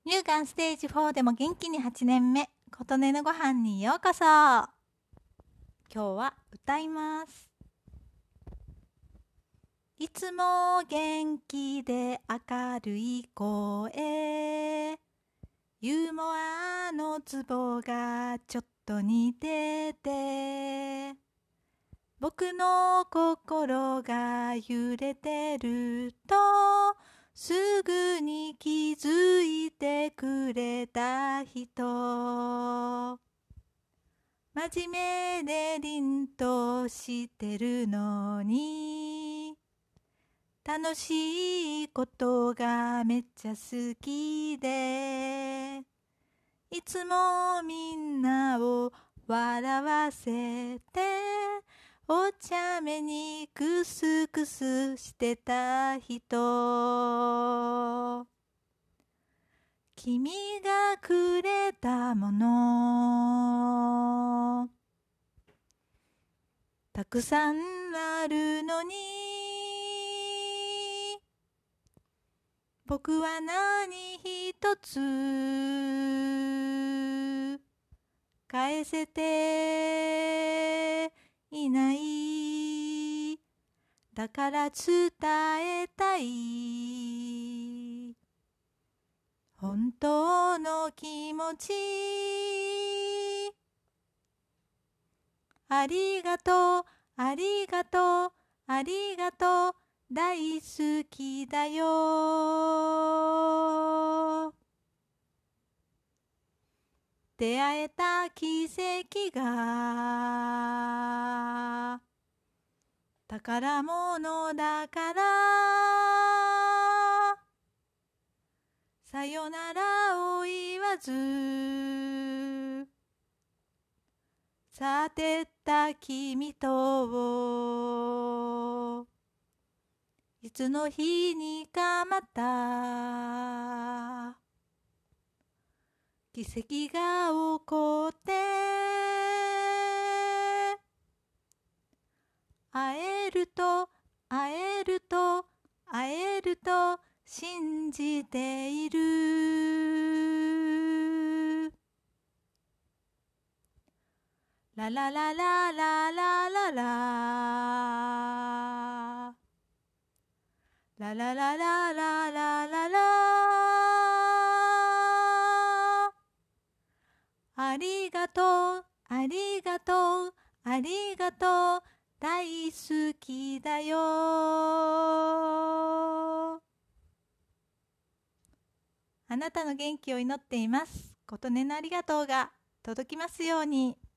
乳がんステージ4でも元気に8年目、琴音のご飯にようこそ。今日は歌います。いつも元気で明るい声、ユーモアのツボがちょっと似てて、僕の心が揺れてるとすぐに気づいてくれた人、真面目で凛としてるのに楽しいことがめっちゃ好きで、いつもみんなを笑わせてお茶目にクスクスしてた人、君がくれたものたくさんあるのに、僕は何一つ返せていない。だから伝えたい本当の気持ち。ありがとう、ありがとう、ありがとう、大好きだよ。出会えた奇跡が宝物だから、さよならを言わず去ってった君と、いつの日にかまた奇跡が起こって会えると会えると会えると信じている。ララララララララララララララララ、ありがとう、ありがとう、ありがとう、大好きだよ。あなたの元気を祈っています。琴音のありがとうが届きますように。